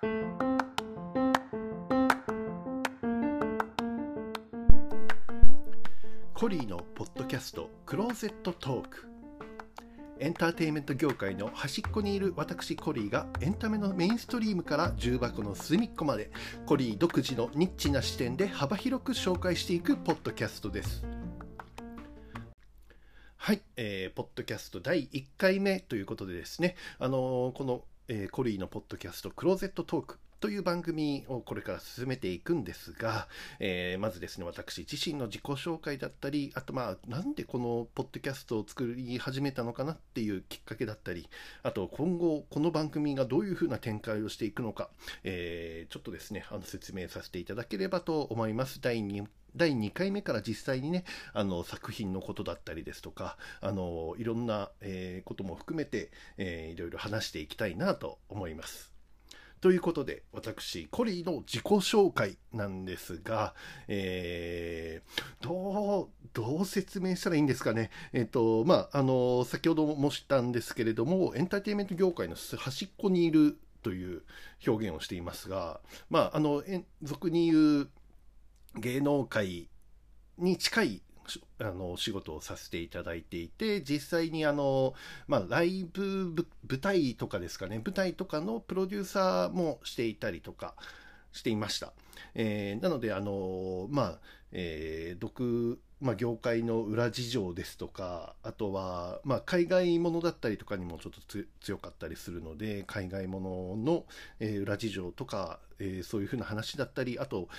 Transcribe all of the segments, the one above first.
コリーのポッドキャストクローゼットトーク。エンターテインメント業界の端っこにいる私コリーがエンタメのメインストリームから重箱の隅っこまでコリー独自のニッチな視点で幅広く紹介していくポッドキャストです。はい、ポッドキャスト第1回目ということでですね、この、コリーのポッドキャストクローゼットトークという番組をこれから進めていくんですが、まずですね、私自身の自己紹介だったり、あとなんでこのポッドキャストを作り始めたのかなっていうきっかけだったり、あと今後この番組がどういうふうな展開をしていくのか、ちょっとですね、説明させていただければと思います。第2回目から実際にね、作品のことだったりですとか、いろんな、ことも含めて、いろいろ話していきたいなと思います。ということで、私、コリーの自己紹介なんですが、どう説明したらいいんですかね。先ほども申したんですけれども、エンターテインメント業界の端っこにいるという表現をしていますが、俗に言う芸能界に近い仕事をさせていただいていて、実際にライブ舞台とかですかね、舞台とかのプロデューサーもしていたりとかしていました。なので業界の裏事情ですとか、あとは海外ものだったりとかにもちょっと強かったりするので、海外ものの、裏事情とか、そういうふうな話だったり、あと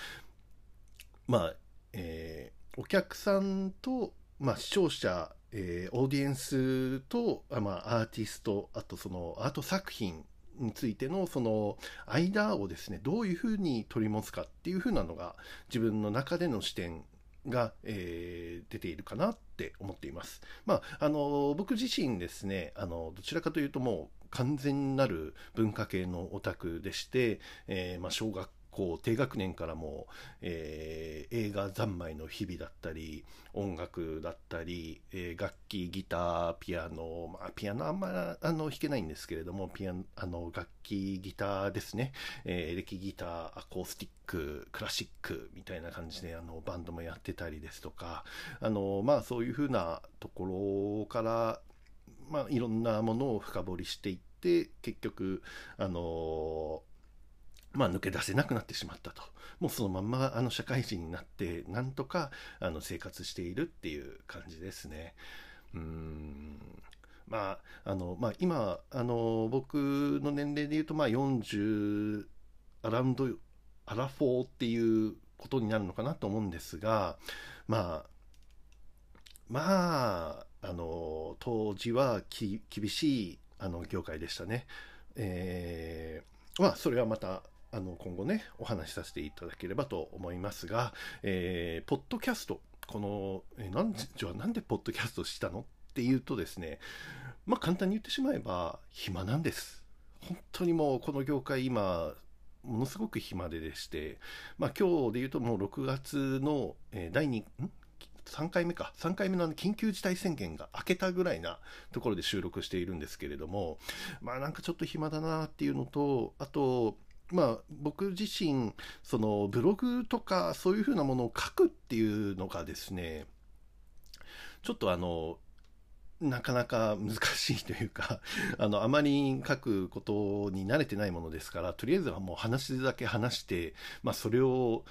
お客さんと、視聴者、オーディエンスと、アーティスト、あとそのアート作品についてのその間をですね、どういうふうに取り持つかっていうふうなのが自分の中での視点が、出ているかなって思っています。僕自身ですね、どちらかというともう完全なる文化系のオタクでして、小学校低学年からも、映画三昧の日々だったり、音楽だったり、楽器、ギター、ピアノ、ピアノあんま弾けないんですけれども、楽器、ギターですね、エレキギター、アコースティック、クラシックみたいな感じでバンドもやってたりですとか、そういう風なところから、いろんなものを深掘りしていって、結局抜け出せなくなってしまったと。もうそのまんま社会人になってなんとか生活しているっていう感じですね。今僕の年齢で言うと40アラフォーっていうことになるのかなと思うんですが、当時は厳しい業界でしたね。それはまた今後ねお話しさせていただければと思いますが、ポッドキャスト、このなんでポッドキャストしたのっていうとですね、簡単に言ってしまえば暇なんです。本当にもうこの業界今ものすごく暇でして、今日で言うともう6月の、3回目の緊急事態宣言が明けたぐらいなところで収録しているんですけれども、なんかちょっと暇だなっていうのと、あと僕自身そのブログとかそういう風なものを書くっていうのがですね、ちょっとなかなか難しいというかあまり書くことに慣れてないものですから、とりあえずはもう話すだけ話して、それを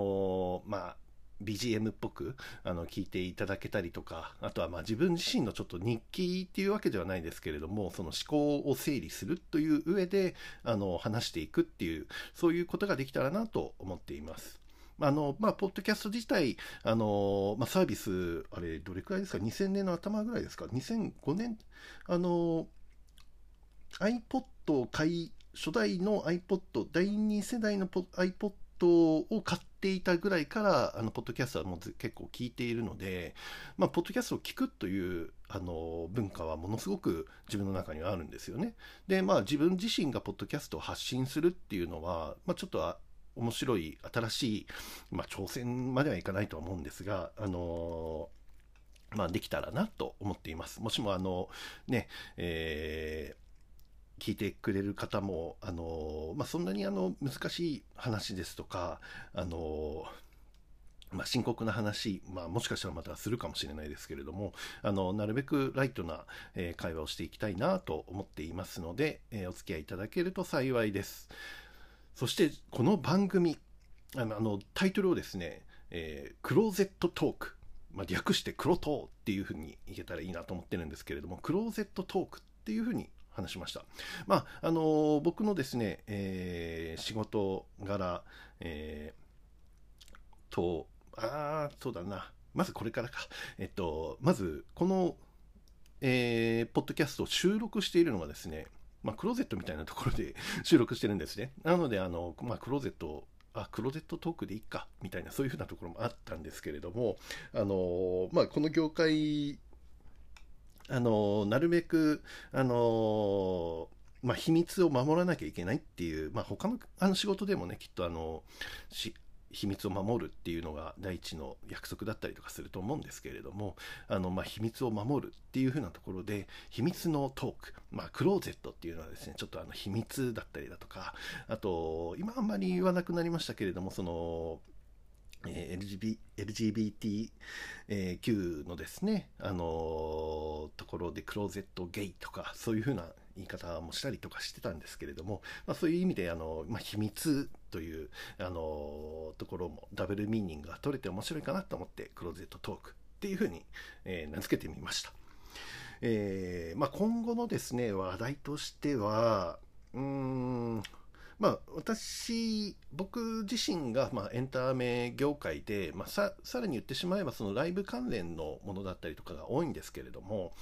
BGM っぽく聞いていただけたりとか、あとは自分自身のちょっと日記っていうわけではないですけれども、その思考を整理するという上で話していくっていう、そういうことができたらなと思っています。ポッドキャスト自体、サービス、あれ、どれくらいですか？ 2000 年の頭ぐらいですか？ 2005 年、iPod 初代の iPod、第2世代のiPod を買っていたぐらいから、ポッドキャストはもう結構聞いているので、ポッドキャストを聞くという、文化はものすごく自分の中にはあるんですよね。で、自分自身がポッドキャストを発信するっていうのは、ちょっと面白い、新しい、挑戦まではいかないとは思うんですが、できたらなと思っています。もしも聞いてくれる方も、そんなに難しい話ですとか、深刻な話、もしかしたらまたするかもしれないですけれども、なるべくライトな、会話をしていきたいなと思っていますので、お付き合いいただけると幸いです。そして、この番組、タイトルをですね、クローゼットトーク、略してクロトーっていうふうにいけたらいいなと思ってるんですけれども、クローゼットトークっていうふうに話しました。僕のですね、仕事柄、そうだな。まずこれからか。まず、この、ポッドキャストを収録しているのがですね、クローゼットみたいなところで収録してるんですね。なので、クローゼットトークでいいか、みたいな、そういうふうなところもあったんですけれども、この業界、なるべく、秘密を守らなきゃいけないっていう、他の仕事でもね、きっと秘密を守るっていうのが第一の約束だったりとかすると思うんですけれども、秘密を守るっていう風なところで、秘密のトーク、クローゼットっていうのはですね、ちょっと秘密だったりだとか、あと、今あんまり言わなくなりましたけれども、その、LGBTQ のですね、ところでクローゼットゲイとか、そういう風な言い方もしたりとかしてたんですけれども、そういう意味で秘密というところもダブルミーニングが取れて面白いかなと思ってクローゼットトークっていう風に、名付けてみました。今後のですね話題としては僕自身が、エンタメ業界で、さらに言ってしまえばそのライブ関連のものだったりとかが多いんですけれども、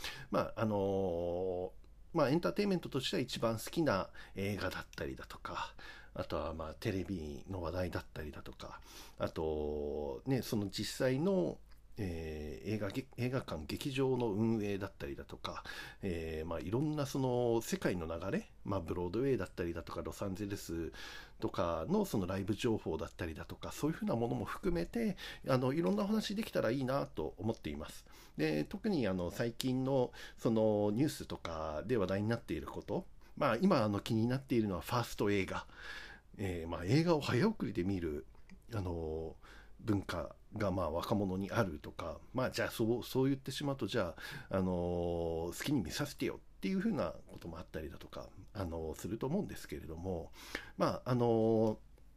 エンターテインメントとしては一番好きな映画だったりだとか、あとはテレビの話題だったりだとか、あとね、その実際の映画館劇場の運営だったりだとか、いろんなその世界の流れ、ブロードウェイだったりだとかロサンゼルスとかのそのライブ情報だったりだとか、そういうふうなものも含めていろんなお話できたらいいなと思っています。で、特に最近のそのニュースとかで話題になっていること、今気になっているのはファースト映画、映画を早送りで見る文化が若者にあるとか、じゃあそう言ってしまうと、じゃあ、好きに見させてよっていうふうなこともあったりだとかすると思うんですけれども、じゃあファ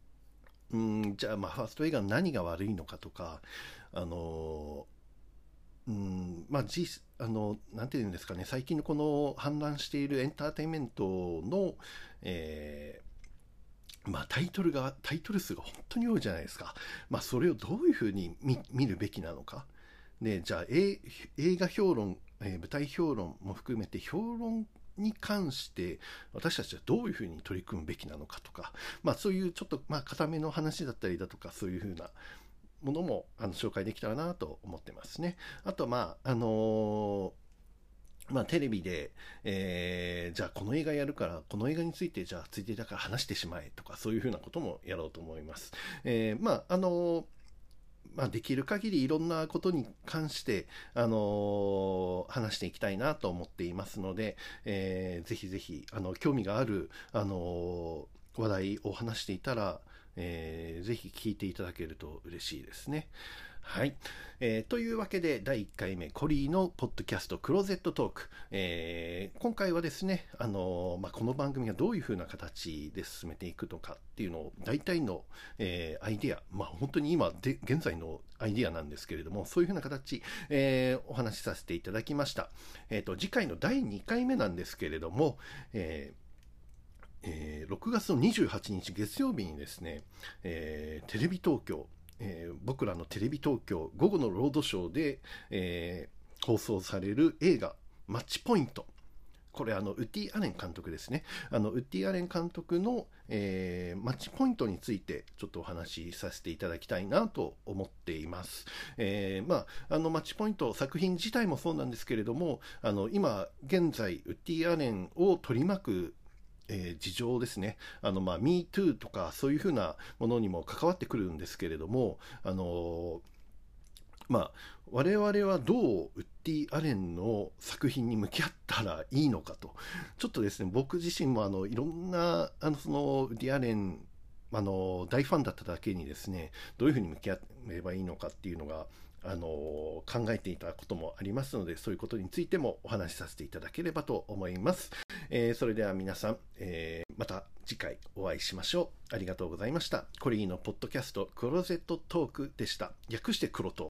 ースト映画の何が悪いのかとか、なんていうんですかね、最近のこの氾濫しているエンターテインメントの、タイトル数が本当に多いじゃないですか。それをどういうふうに見るべきなのか。で、じゃあ、映画評論、舞台評論も含めて評論に関して私たちはどういうふうに取り組むべきなのかとか、そういうちょっと固めの話だったりだとか、そういうふうなものも紹介できたらなと思ってますね。あとテレビで、じゃあこの映画やるから、この映画について、じゃあついでだから話してしまえとか、そういうふうなこともやろうと思います。できる限りいろんなことに関して、話していきたいなと思っていますので、ぜひぜひ、興味がある、話題を話していたら、ぜひ聞いていただけると嬉しいですね。はい。というわけで、第1回目、コリーのポッドキャスト、クローゼットトーク。今回はですね、この番組がどういう風な形で進めていくのかっていうのを、大体の、アイデア、本当に現在のアイデアなんですけれども、そういう風な形、お話しさせていただきました。次回の第2回目なんですけれども、6月の28日月曜日にですね、テレビ東京、僕らのテレビ東京午後のロードショーで、放送される映画マッチポイント、これウッディ・アレン監督ですね。ウッディ・アレン監督の、マッチポイントについてちょっとお話しさせていただきたいなと思っています。マッチポイント作品自体もそうなんですけれども、今現在ウッディ・アレンを取り巻く事情ですね。MeToo とかそういうふうなものにも関わってくるんですけれども、 我々はどうウッディ・アレンの作品に向き合ったらいいのかと、ちょっとですね、僕自身もいろんなそのウッディ・アレン大ファンだっただけにですね、どういうふうに向き合えばいいのかっていうのが考えていたこともありますので、そういうことについてもお話しさせていただければと思います。それでは皆さん、また次回お会いしましょう。ありがとうございました。コリーのポッドキャストクローゼットトークでした。略してクロトー。